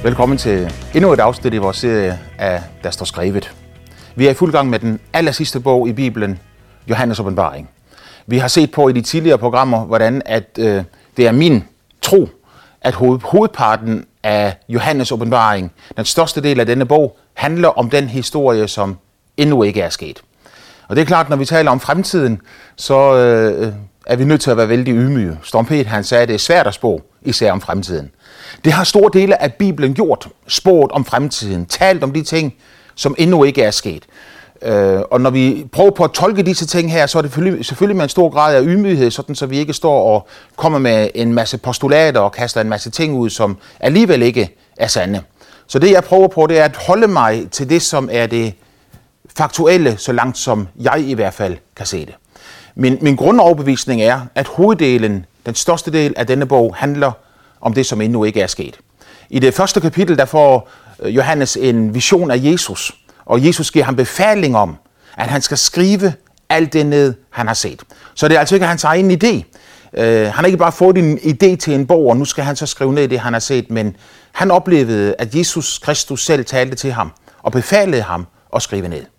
Velkommen til endnu et afsnit i vores serie af Der står skrevet. Vi er i fuld gang med den aller sidste bog i Bibelen, Johannes Åbenbaring. Vi har set på i de tidligere programmer, hvordan det er min tro, at hovedparten af Johannes Åbenbaring, den største del af denne bog, handler om den historie, som endnu ikke er sket. Og det er klart, når vi taler om fremtiden, så er vi nødt til at være vældig ydmyge. Storm Peter, han sagde, at det er svært at spå, især om fremtiden. Det har store dele af Bibelen gjort, spået om fremtiden, talt om de ting, som endnu ikke er sket. Og når vi prøver på at tolke disse ting her, så er det selvfølgelig med en stor grad af ydmyghed, sådan så vi ikke står og kommer med en masse postulater og kaster en masse ting ud, som alligevel ikke er sande. Så det jeg prøver på, det er at holde mig til det, som er det faktuelle, så langt som jeg i hvert fald kan se det. Min grundoverbevisning er, at hoveddelen, den største del af denne bog, handler om det, som endnu ikke er sket. I det første kapitel, der får Johannes en vision af Jesus, og Jesus giver ham befaling om, at han skal skrive alt det ned, han har set. Så det er altså ikke hans egen idé. Han har ikke bare fået en idé til en bog, og nu skal han så skrive ned det, han har set, men han oplevede, at Jesus Kristus selv talte til ham, og befalede ham at skrive ned.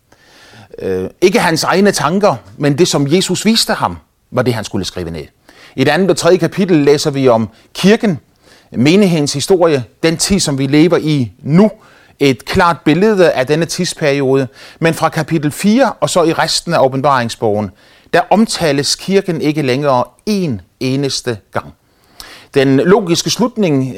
Ikke hans egne tanker, men det, som Jesus viste ham, var det, han skulle skrive ned. I det andet og tredje kapitel læser vi om kirken, menighedens historie, den tid, som vi lever i nu, et klart billede af denne tidsperiode, men fra kapitel 4 og så i resten af åbenbaringsbogen, der omtales kirken ikke længere en eneste gang. Den logiske slutning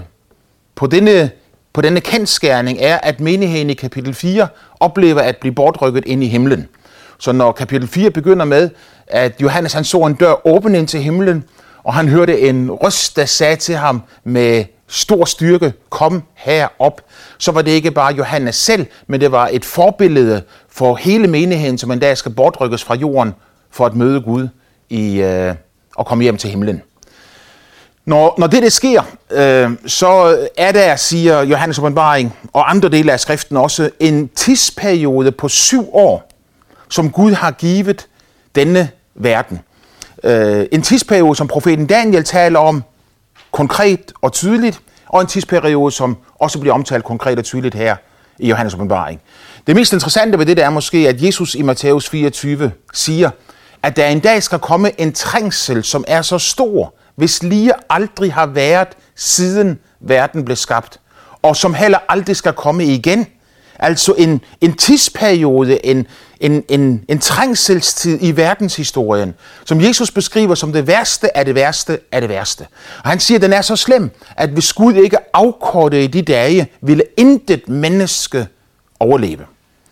på denne kendsgerning er, at menigheden i kapitel 4 oplever at blive bortrykket ind i himlen. Så når kapitel 4 begynder med, at Johannes han så en dør åben ind til himlen, og han hørte en røst, der sagde til ham med stor styrke, kom herop, så var det ikke bare Johannes selv, men det var et forbillede for hele menigheden, som en dag skal bortrykkes fra jorden for at møde Gud og komme hjem til himlen. Når det sker, så er der, siger Johannes Åbenbaring og andre dele af skriften også, en tidsperiode på 7 år, som Gud har givet denne verden. En tidsperiode, som profeten Daniel taler om konkret og tydeligt, og en tidsperiode, som også bliver omtalt konkret og tydeligt her i Johannes Åbenbaring. Det mest interessante ved det er måske, at Jesus i Matthæus 24 siger, at der en dag skal komme en trængsel, som er så stor, hvis lige aldrig har været, siden verden blev skabt, og som heller aldrig skal komme igen. Altså en tidsperiode, en trængselstid i verdenshistorien, som Jesus beskriver som det værste af det værste af det værste. Og han siger, at den er så slem, at hvis Gud ikke afkortede i de dage, ville intet menneske overleve.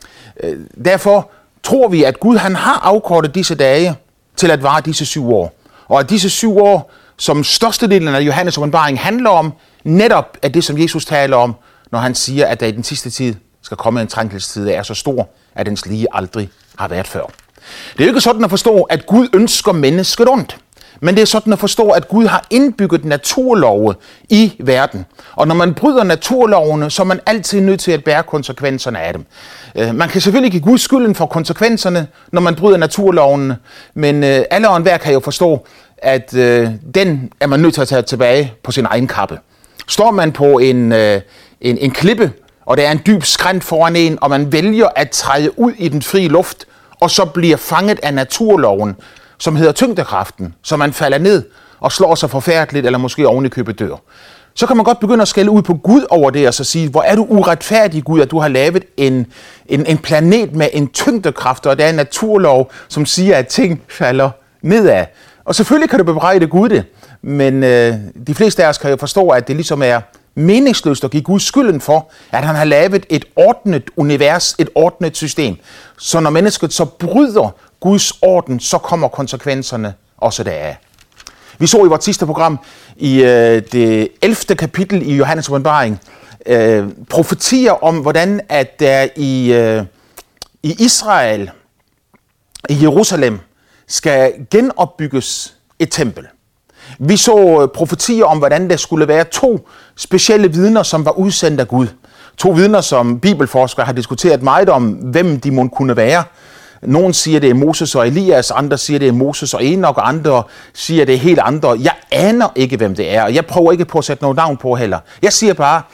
Derfor tror vi, at Gud han har afkortet disse dage til at vare disse 7 år. Og at disse 7 år, som størstedelen af Johannes Åbenbaring handler om, netop er det, som Jesus taler om, når han siger, at der i den sidste tid skal komme en trængselstid, der er så stor, at dens lige aldrig har været før. Det er jo ikke sådan at forstå, at Gud ønsker mennesket ondt, men det er sådan at forstå, at Gud har indbygget naturlove i verden. Og når man bryder naturlovene, så er man altid nødt til at bære konsekvenserne af dem. Man kan selvfølgelig give Gud skylden for konsekvenserne, når man bryder naturlovene, men alle og enhver kan jo forstå, at den er man nødt til at tage tilbage på sin egen kappe. Står man på en klippe, og der er en dyb skrænt foran en, og man vælger at træde ud i den frie luft, og så bliver fanget af naturloven, som hedder tyngdekraften, så man falder ned og slår sig forfærdeligt, eller måske oven i købet dør. Så kan man godt begynde at skælde ud på Gud over det, og så sige, hvor er du uretfærdig, Gud, at du har lavet en planet med en tyngdekraft, og der er en naturlov, som siger, at ting falder nedad. Og selvfølgelig kan du bebrejde Gud det, men de fleste af os kan jo forstå, at det ligesom er meningsløst at give Gud skylden for, at han har lavet et ordnet univers, et ordnet system. Så når mennesket så bryder Guds orden, så kommer konsekvenserne også deraf. Vi så i vores sidste program i det 11. kapitel i Johannes Åbenbaring profetier om, hvordan at der i Israel, i Jerusalem, skal genopbygges et tempel. Vi så profetier om, hvordan der skulle være 2 specielle vidner, som var udsendt af Gud. 2 vidner, som bibelforskere har diskuteret meget om, hvem de må kunne være. Nogle siger, det er Moses og Elias, andre siger, det er Moses og Enok, og andre siger, det er helt andre. Jeg aner ikke, hvem det er, og jeg prøver ikke på at sætte noget navn på heller. Jeg siger bare,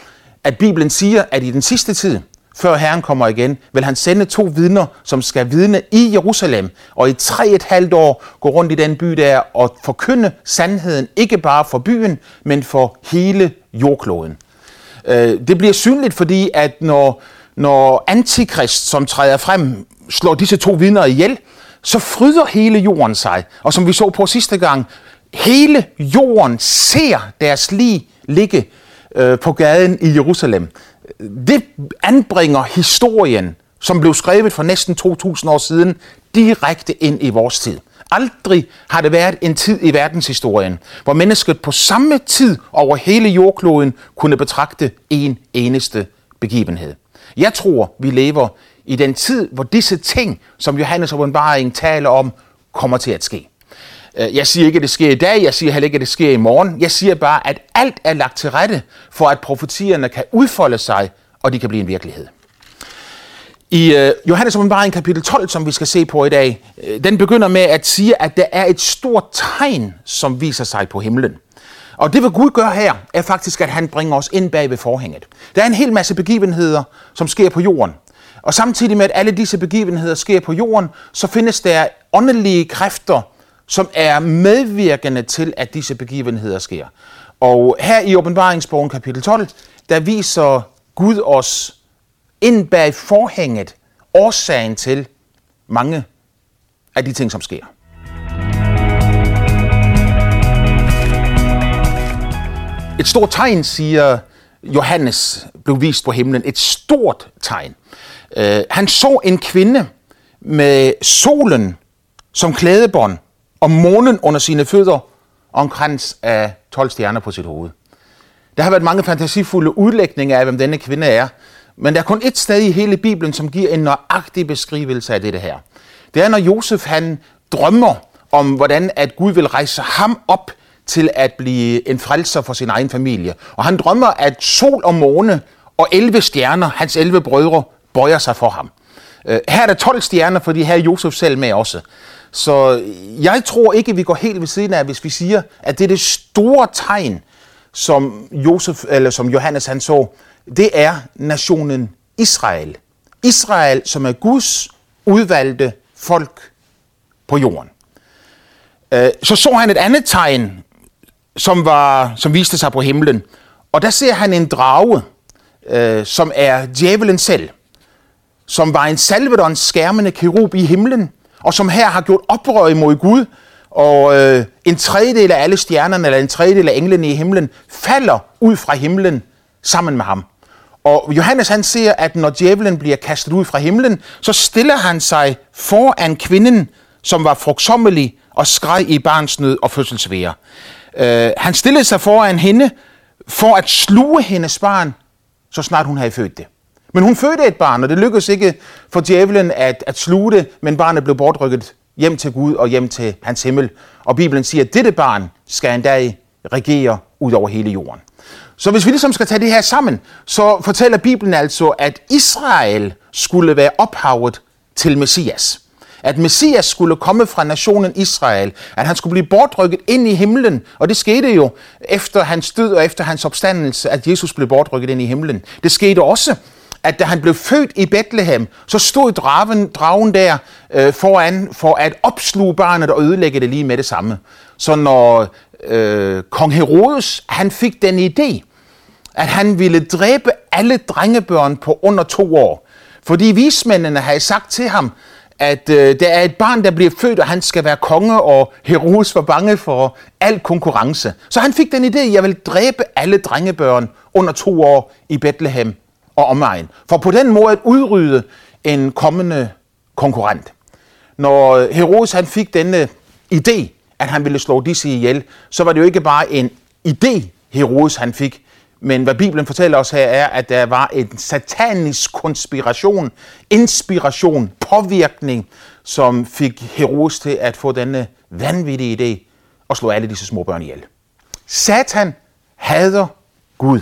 at Bibelen siger, at i den sidste tid, før Herren kommer igen, vil han sende 2 vidner, som skal vidne i Jerusalem, og i 3,5 år gå rundt i den by der og forkynde sandheden, ikke bare for byen, men for hele jordkloden. Det bliver synligt, fordi at når Antikrist, som træder frem, slår disse 2 vidner ihjel, så fryder hele jorden sig. Og som vi så på sidste gang, hele jorden ser deres lig ligge på gaden i Jerusalem. Det anbringer historien, som blev skrevet for næsten 2000 år siden, direkte ind i vores tid. Aldrig har det været en tid i verdenshistorien, hvor mennesket på samme tid over hele jordkloden kunne betragte en eneste begivenhed. Jeg tror, vi lever i den tid, hvor disse ting, som Johannes åbenbaring taler om, kommer til at ske. Jeg siger ikke, at det sker i dag, jeg siger heller ikke, at det sker i morgen. Jeg siger bare, at alt er lagt til rette for, at profetierne kan udfolde sig, og de kan blive en virkelighed. I Johannes åbenbaring kapitel 12, som vi skal se på i dag, den begynder med at sige, at der er et stort tegn, som viser sig på himlen. Og det, hvad Gud gør her, er faktisk, at han bringer os ind bag ved forhænget. Der er en hel masse begivenheder, som sker på jorden. Og samtidig med, at alle disse begivenheder sker på jorden, så findes der åndelige kræfter, som er medvirkende til, at disse begivenheder sker. Og her i åbenbaringsbogen kapitel 12, der viser Gud os ind bag forhænget årsagen til mange af de ting, som sker. Et stort tegn, siger Johannes, blev vist på himlen. Et stort tegn. Han så en kvinde med solen som klædebånd og månen under sine fødder og en krans af 12 stjerner på sit hoved. Der har været mange fantasifulde udlægninger af, hvem denne kvinde er, men der er kun et sted i hele Bibelen, som giver en nøjagtig beskrivelse af dette her. Det er, når Josef han drømmer om, hvordan at Gud vil rejse ham op til at blive en frelser for sin egen familie. Og han drømmer, at sol og måne og 11 stjerner, hans 11 brødre, bøjer sig for ham. Her er der 12 stjerner, fordi her er Josef selv med også. Så jeg tror ikke, vi går helt ved siden af, hvis vi siger, at det er det store tegn, som Johannes han så, det er nationen Israel. Israel, som er Guds udvalgte folk på jorden. Så han et andet tegn, som viste sig på himlen. Og der ser han en drage, som er djævelen selv, som var en salvet og en skærmende kerub i himlen, og som her har gjort oprør imod Gud, og en tredjedel af alle stjernerne, eller en tredjedel af englene i himlen, falder ud fra himlen sammen med ham. Og Johannes han ser, at når djævelen bliver kastet ud fra himlen, så stiller han sig foran kvinden, som var frugtsommelig og skreg i barnsnød og fødselsvære. Han stillede sig foran hende for at sluge hendes barn, så snart hun havde født det. Men hun fødte et barn, og det lykkedes ikke for djævelen at sluge det, men barnet blev bortrykket hjem til Gud og hjem til hans himmel. Og Bibelen siger, at dette barn skal en dag regere ud over hele jorden. Så hvis vi ligesom skal tage det her sammen, så fortæller Bibelen altså, at Israel skulle være ophavet til Messias. At Messias skulle komme fra nationen Israel, at han skulle blive bortrykket ind i himlen, og det skete jo efter hans død og efter hans opstandelse, at Jesus blev bortrykket ind i himlen. Det skete også, at da han blev født i Bethlehem, så stod dragen der foran for at opsluge barnet og ødelægge det lige med det samme. Så når kong Herodes han fik den idé, at han ville dræbe alle drengebørn på under 2 år, fordi vismændene havde sagt til ham, at der er et barn, der bliver født, og han skal være konge, og Herodes var bange for al konkurrence. Så han fik den idé, at jeg vil dræbe alle drengebørn under 2 år i Bethlehem og omegn, for på den måde at udrydde en kommende konkurrent. Når Herodes han fik denne idé, at han ville slå disse ihjel, så var det jo ikke bare en idé, Herodes han fik, men hvad Bibelen fortæller os her er, at der var en satanisk konspiration, inspiration, påvirkning, som fik Herodes til at få denne vanvittige idé og slå alle disse små børn ihjel. Satan hader Gud.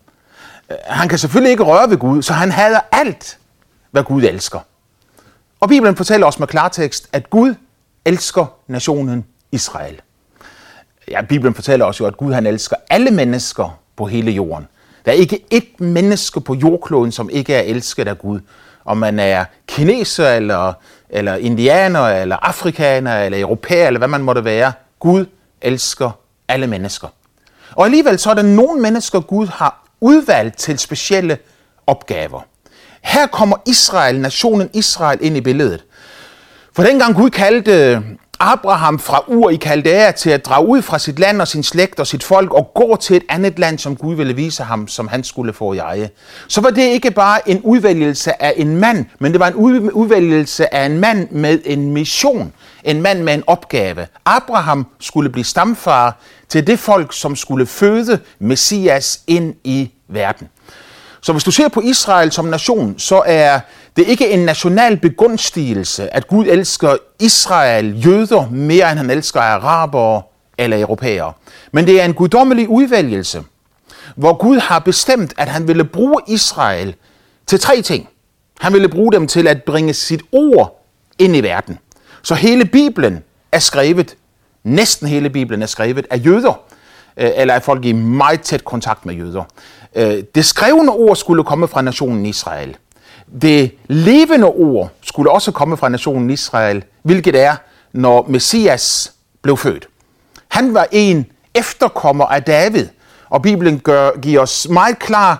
Han kan selvfølgelig ikke røre ved Gud, så han hader alt, hvad Gud elsker. Og Bibelen fortæller os med klartekst, at Gud elsker nationen Israel. Ja, Bibelen fortæller os jo, at Gud han elsker alle mennesker på hele jorden. Der er ikke ét menneske på jordkloden, som ikke er elsket af Gud. Om man er kineser, eller indianer, eller afrikaner, eller europæer, eller hvad man måtte være. Gud elsker alle mennesker. Og alligevel så er der nogle mennesker, Gud har udvalgt til specielle opgaver. Her kommer Israel, nationen Israel, ind i billedet. For dengang Gud kaldte Abraham fra Ur i Kaldæa til at drage ud fra sit land og sin slægt og sit folk og gå til et andet land, som Gud ville vise ham, som han skulle få i eje, så var det ikke bare en udvælgelse af en mand, men det var en udvælgelse af en mand med en mission, en mand med en opgave. Abraham skulle blive stamfar til det folk, som skulle føde Messias ind i verden. Så hvis du ser på Israel som nation, så er det ikke en national begunstigelse, at Gud elsker Israel, jøder, mere end han elsker arabere eller europæere. Men det er en guddommelig udvælgelse, hvor Gud har bestemt, at han ville bruge Israel til 3 ting. Han ville bruge dem til at bringe sit ord ind i verden. Så hele Bibelen er skrevet, næsten hele Bibelen er skrevet af jøder, eller af folk i meget tæt kontakt med jøder. Det skrevne ord skulle komme fra nationen Israel. Det levende ord skulle også komme fra nationen Israel, hvilket er, når Messias blev født. Han var en efterkommer af David, og Bibelen giver os meget klar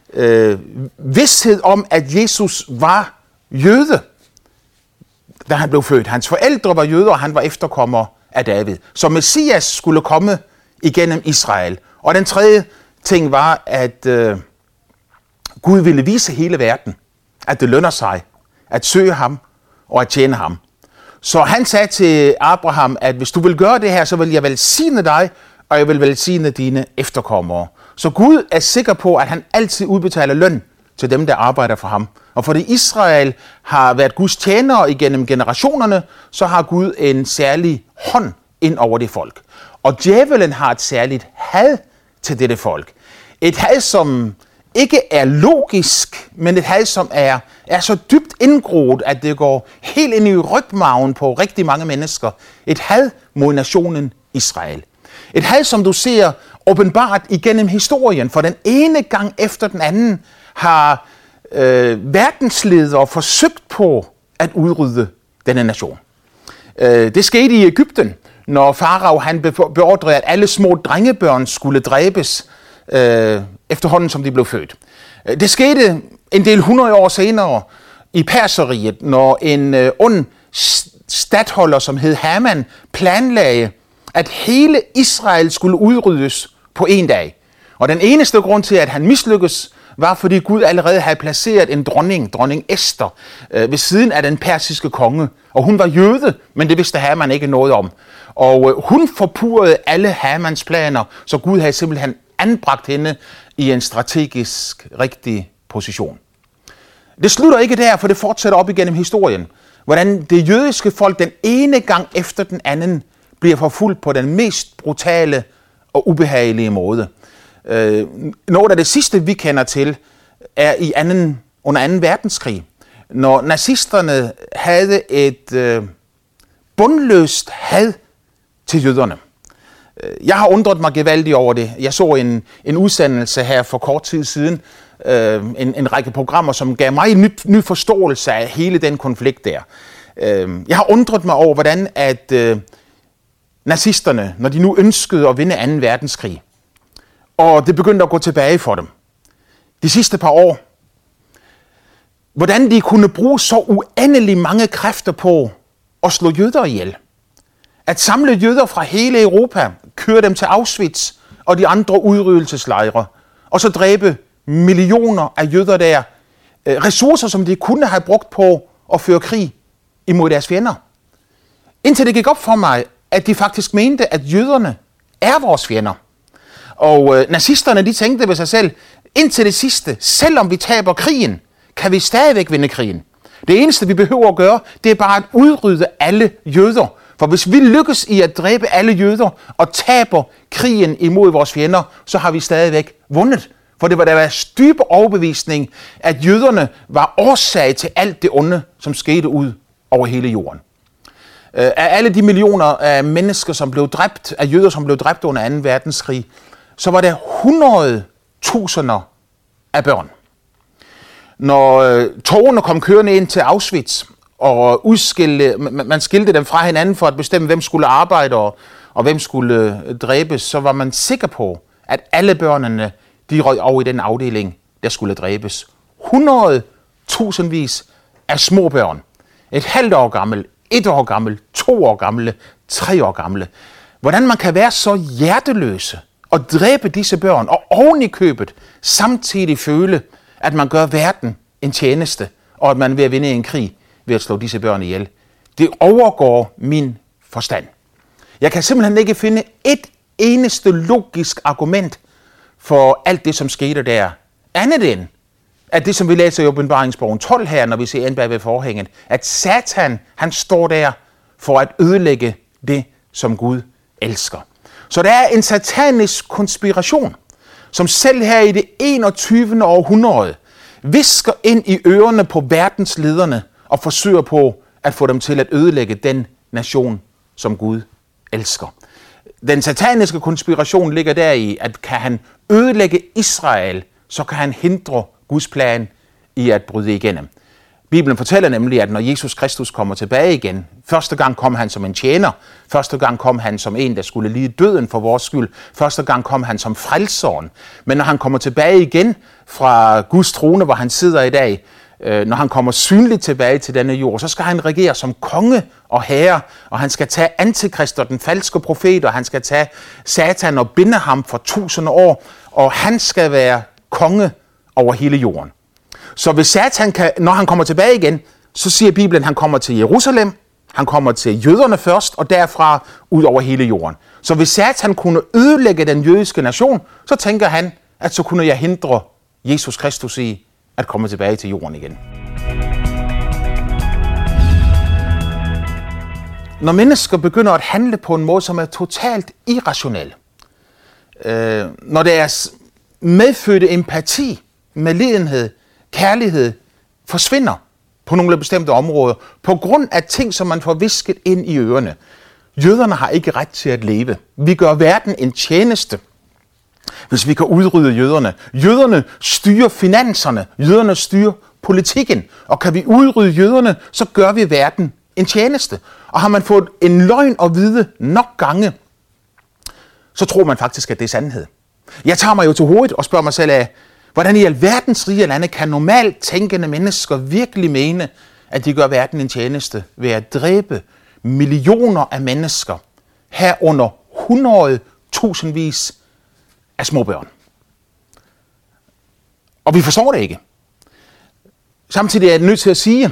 vidsthed om, at Jesus var jøde, da han blev født. Hans forældre var jøder, og han var efterkommer af David. Så Messias skulle komme igennem Israel. Og den tredje ting var, at Gud ville vise hele verden, at det lønner sig at søge ham og at tjene ham. Så han sagde til Abraham, at hvis du vil gøre det her, så vil jeg velsigne dig, og jeg vil velsigne dine efterkommere. Så Gud er sikker på, at han altid udbetaler løn til dem, der arbejder for ham. Og fordi Israel har været Guds tjenere igennem generationerne, så har Gud en særlig hånd ind over det folk. Og djævelen har et særligt had til dette folk. Et had, som ikke er logisk, men et had, som er så dybt indgroet, at det går helt ind i rygmarven på rigtig mange mennesker. Et had mod nationen Israel. Et had, som du ser åbenbart igennem historien, for den ene gang efter den anden har verdensledere forsøgt på at udrydde denne nation. Det skete i Egypten, når farao han beordrede, at alle små drengebørn skulle dræbes efterhånden, som de blev født. Det skete en del 100 år senere i Perseriet, når en ond statholder, som hed Haman, planlagde, at hele Israel skulle udryddes på en dag. Og den eneste grund til, at han mislykkedes, var fordi Gud allerede havde placeret en dronning Esther, ved siden af den persiske konge. Og hun var jøde, men det vidste Haman ikke noget om. Og hun forpurrede alle Hamans planer, så Gud havde simpelthen anbragt hende i en strategisk rigtig position. Det slutter ikke der, for det fortsætter op igennem historien. Hvordan det jødiske folk den ene gang efter den anden bliver forfulgt på den mest brutale og ubehagelige måde. Noget af det sidste, vi kender til, er under 2. verdenskrig, når nazisterne havde et bundløst had til jøderne. Jeg har undret mig gevaldigt over det. Jeg så en udsendelse her for kort tid siden, en række programmer, som gav mig en ny forståelse af hele den konflikt der. Jeg har undret mig over, hvordan at nazisterne, når de nu ønskede at vinde 2. verdenskrig, og det begyndte at gå tilbage for dem de sidste par år, hvordan de kunne bruge så uendelig mange kræfter på at slå jøder ihjel. At samle jøder fra hele Europa, køre dem til Auschwitz og de andre udryddelseslejre, og så dræbe millioner af jøder der. Ressourcer, som de kunne have brugt på at føre krig imod deres fjender. Indtil det gik op for mig, at de faktisk mente, at jøderne er vores fjender. Og nazisterne, de tænkte ved sig selv, indtil det sidste, selvom vi taber krigen, kan vi stadigvæk vinde krigen. Det eneste, vi behøver at gøre, det er bare at udrydde alle jøder. For hvis vi lykkes i at dræbe alle jøder og taber krigen imod vores fjender, så har vi stadigvæk vundet. For det var deres dybe overbevisning, at jøderne var årsag til alt det onde, som skete ud over hele jorden. Af alle de millioner af mennesker, som blev dræbt, af jøder, som blev dræbt under 2. verdenskrig, så var der 100.000 af børn. Når togene kom kørende ind til Auschwitz, og man skilte dem fra hinanden for at bestemme, hvem skulle arbejde og hvem skulle dræbes, så var man sikker på, at alle børnene de røg over i den afdeling, der skulle dræbes. 100.000vis af små børn. Et halvt år gammel, 1 år gammel, 2 år gamle, 3 år gamle. Hvordan man kan være så hjerteløse og dræbe disse børn, og oven i købet samtidig føle, at man gør verden en tjeneste, og at man er ved at vinde en krig ved at slå disse børn ihjel. Det overgår min forstand. Jeg kan simpelthen ikke finde et eneste logisk argument for alt det, som skete der. Andet end, at det, som vi læser i Åbenbaringsbogen 12 her, når vi ser ind bag ved forhænget, at Satan, han står der for at ødelægge det, som Gud elsker. Så der er en satanisk konspiration, som selv her i det 21. århundrede visker ind i ørerne på verdenslederne og forsøger på at få dem til at ødelægge den nation, som Gud elsker. Den sataniske konspiration ligger deri, at kan han ødelægge Israel, så kan han hindre Guds plan i at bryde igennem. Bibelen fortæller nemlig, at når Jesus Kristus kommer tilbage igen, første gang kom han som en tjener, første gang kom han som en, der skulle lide døden for vores skyld, første gang kom han som frelseren. Men når han kommer tilbage igen fra Guds trone, hvor han sidder i dag, når han kommer synligt tilbage til denne jord, så skal han regere som konge og herre, og han skal tage antikrist og den falske profet, og han skal tage Satan og binde ham for 1000 år, og han skal være konge over hele jorden. Så hvis Satan når han kommer tilbage igen, så siger Bibelen, at han kommer til Jerusalem, han kommer til jøderne først, og derfra ud over hele jorden. Så hvis Satan kunne ødelægge den jødiske nation, så tænker han, at så kunne jeg hindre Jesus Kristus i at komme tilbage til jorden igen. Når mennesker begynder at handle på en måde, som er totalt irrationel, når deres medfødte empati, medlidenhed, kærlighed forsvinder på nogle bestemte områder, på grund af ting, som man får visket ind i ørerne. Jøderne har ikke ret til at leve. Vi gør verden en tjeneste, hvis vi kan udrydde jøderne. Jøderne styrer finanserne, jøderne styrer politikken, og kan vi udrydde jøderne, så gør vi verden en tjeneste. Og har man fået en løgn at vide nok gange, så tror man faktisk, at det er sandhed. Jeg tager mig jo til hovedet og spørger mig selv af, hvordan i alverdens rige lande kan normalt tænkende mennesker virkelig mene, at de gør verden en tjeneste ved at dræbe millioner af mennesker, herunder 100.000vis af små børn. Og vi forstår det ikke. Samtidig er jeg nødt til at sige,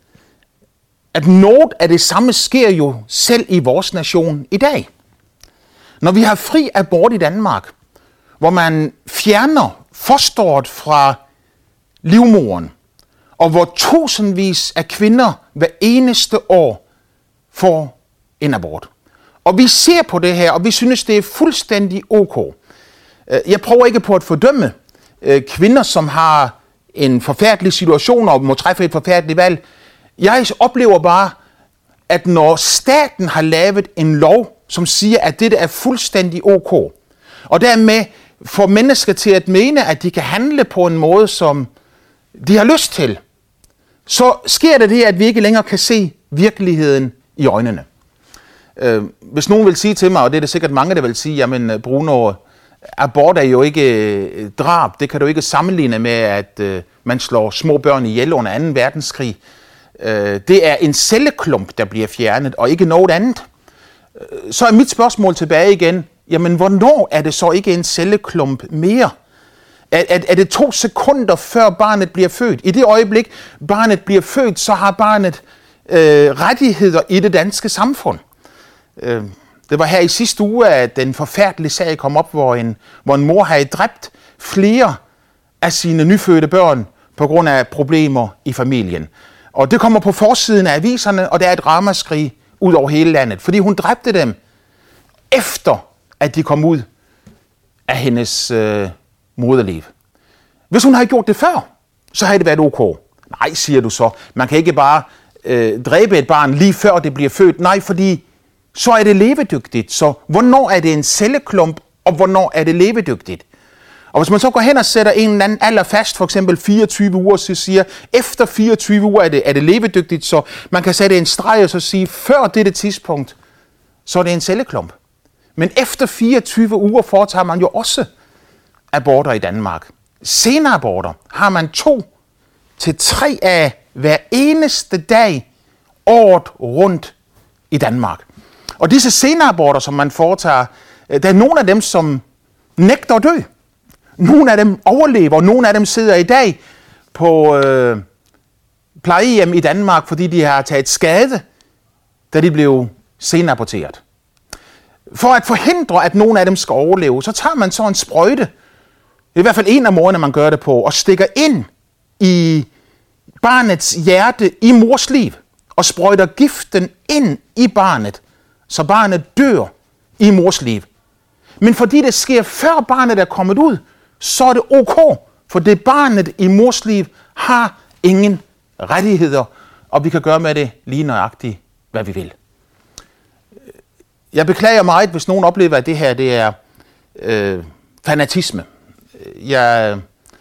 at noget af det samme sker jo selv i vores nation i dag. Når vi har fri abort i Danmark, hvor man fjerner fosteret fra livmoderen, og hvor tusindvis af kvinder hver eneste år får en abort. Og vi ser på det her, og vi synes, det er fuldstændig ok. Jeg prøver ikke på at fordømme kvinder, som har en forfærdelig situation og må træffe et forfærdeligt valg. Jeg oplever bare, at når staten har lavet en lov, som siger, at det er fuldstændig ok, og dermed får mennesker til at mene, at de kan handle på en måde, som de har lyst til, så sker det, at vi ikke længere kan se virkeligheden i øjnene. Hvis nogen vil sige til mig, og det er det sikkert mange, der vil sige, jamen Bruno, abort er jo ikke drab, det kan du ikke sammenligne med, at man slår små børn ihjel under 2. verdenskrig. Det er en celleklump, der bliver fjernet, og ikke noget andet. Så er mit spørgsmål tilbage igen, jamen hvornår er det så ikke en celleklump mere? Er det 2 sekunder før barnet bliver født? I det øjeblik, barnet bliver født, så har barnet rettigheder i det danske samfund. Det var her i sidste uge, at den forfærdelige sag kom op, hvor en mor havde dræbt flere af sine nyfødte børn på grund af problemer i familien. Og det kommer på forsiden af aviserne, og der er et ramaskrig ud over hele landet, fordi hun dræbte dem efter, at de kom ud af hendes moderliv. Hvis hun havde gjort det før, så havde det været ok. Nej, siger du så. Man kan ikke bare dræbe et barn lige før det bliver født. Nej, fordi så er det levedygtigt. Så hvornår er det en celleklump, og hvornår er det levedygtigt? Og hvis man så går hen og sætter en eller anden alder fast, for eksempel 24 uger, så siger, efter 24 uger er det levedygtigt, så man kan sætte en streg og så sige, før dette tidspunkt, så er det en celleklump. Men efter 24 uger foretager man jo også aborter i Danmark. Senere aborter har man 2 til 3 af hver eneste dag året rundt i Danmark. Og disse senere aborter, som man foretager, der er nogle af dem, som nægter at dø. Nogle af dem overlever, nogle af dem sidder i dag på plejehjem i Danmark, fordi de har taget skade, da de blev senaborteret. For at forhindre, at nogle af dem skal overleve, så tager man så en sprøjte, i hvert fald en af måderne, man gør det på, og stikker ind i barnets hjerte i mors liv, og sprøjter giften ind i barnet, så barnet dør i mors liv. Men fordi det sker før barnet er kommet ud, så er det ok, for det barnet i mors liv har ingen rettigheder, og vi kan gøre med det lige nøjagtigt, hvad vi vil. Jeg beklager meget, hvis nogen oplever, at det her det er fanatisme. Jeg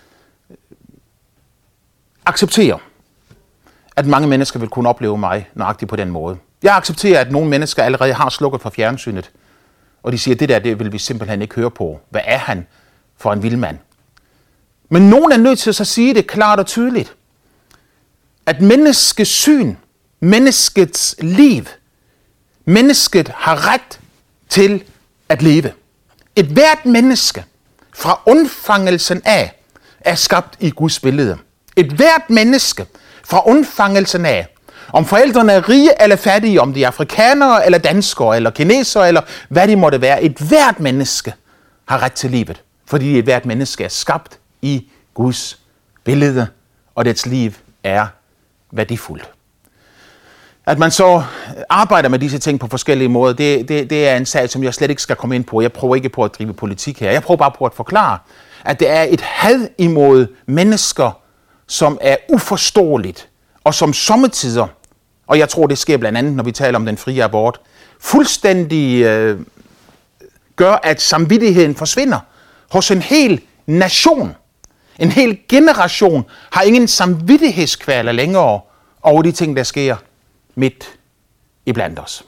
accepterer, at mange mennesker vil kunne opleve mig nøjagtigt på den måde. Jeg accepterer, at nogle mennesker allerede har slukket for fjernsynet, og de siger, at det vil vi simpelthen ikke høre på. Hvad er han for en vildmand? Men nogen er nødt til at sige det klart og tydeligt, at menneskets syn, menneskets liv, mennesket har ret til at leve. Et hvert menneske fra undfangelsen af er skabt i Guds billede. Et hvert menneske fra undfangelsen af, om forældrene er rige eller fattige, om de er afrikanere eller danskere eller kinesere eller hvad de måtte være, et hvert menneske har ret til livet, fordi et hvert menneske er skabt i Guds billede, og dets liv er værdifuldt. At man så arbejder med disse ting på forskellige måder, det er en sag, som jeg slet ikke skal komme ind på. Jeg prøver ikke på at drive politik her. Jeg prøver bare på at forklare, at det er et had imod mennesker, som er uforståeligt, og som sommetider, og jeg tror, det sker blandt andet, når vi taler om den frie abort, fuldstændig gør, at samvittigheden forsvinder hos en hel nation. En hel generation har ingen samvittighedskvaler længere over de ting, der sker midt iblandt os.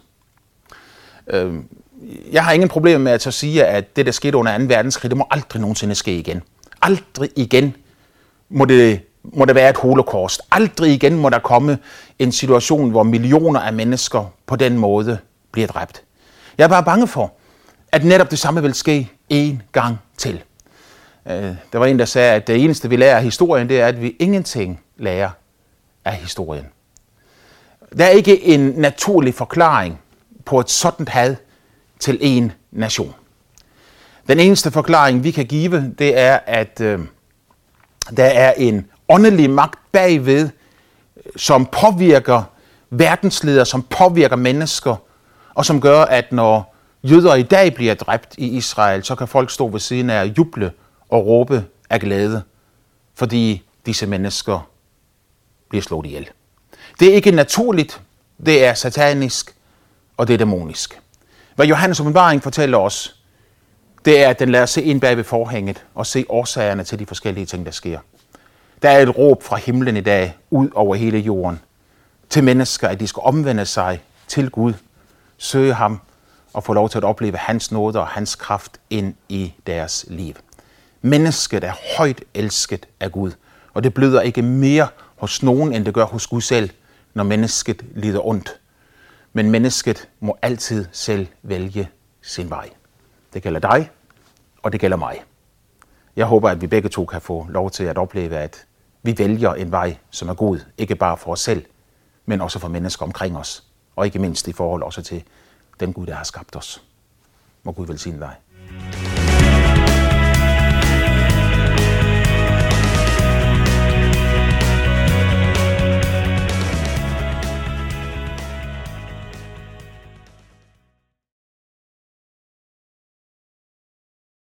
Jeg har ingen problemer med at så sige, at det, der skete under 2. verdenskrig, det må aldrig nogensinde ske igen. Aldrig igen må der være et holocaust. Aldrig igen må der komme en situation, hvor millioner af mennesker på den måde bliver dræbt. Jeg er bare bange for, at netop det samme vil ske en gang til. Der var en, der sagde, at det eneste, vi lærer af historien, det er, at vi ingenting lærer af historien. Der er ikke en naturlig forklaring på et sådan had til en nation. Den eneste forklaring, vi kan give, det er, at der er en åndelig magt bagved, som påvirker verdensledere, som påvirker mennesker, og som gør, at når jøder i dag bliver dræbt i Israel, så kan folk stå ved siden af og juble og råbe af glæde, fordi disse mennesker bliver slået ihjel. Det er ikke naturligt, det er satanisk, og det er dæmonisk. Hvad Johannes åbenbaring fortæller os, det er, at den lader se ind bag ved forhænget og se årsagerne til de forskellige ting, der sker. Der er et råb fra himlen i dag, ud over hele jorden, til mennesker, at de skal omvende sig til Gud, søge ham og få lov til at opleve hans nåde og hans kraft ind i deres liv. Mennesket er højt elsket af Gud, og det bløder ikke mere hos nogen, end det gør hos Gud selv, når mennesket lider ondt. Men mennesket må altid selv vælge sin vej. Det gælder dig, og det gælder mig. Jeg håber, at vi begge to kan få lov til at opleve, at vi vælger en vej, som er god, ikke bare for os selv, men også for mennesker omkring os, og ikke mindst i forhold også til den Gud, der har skabt os. Må Gud velsigne dig.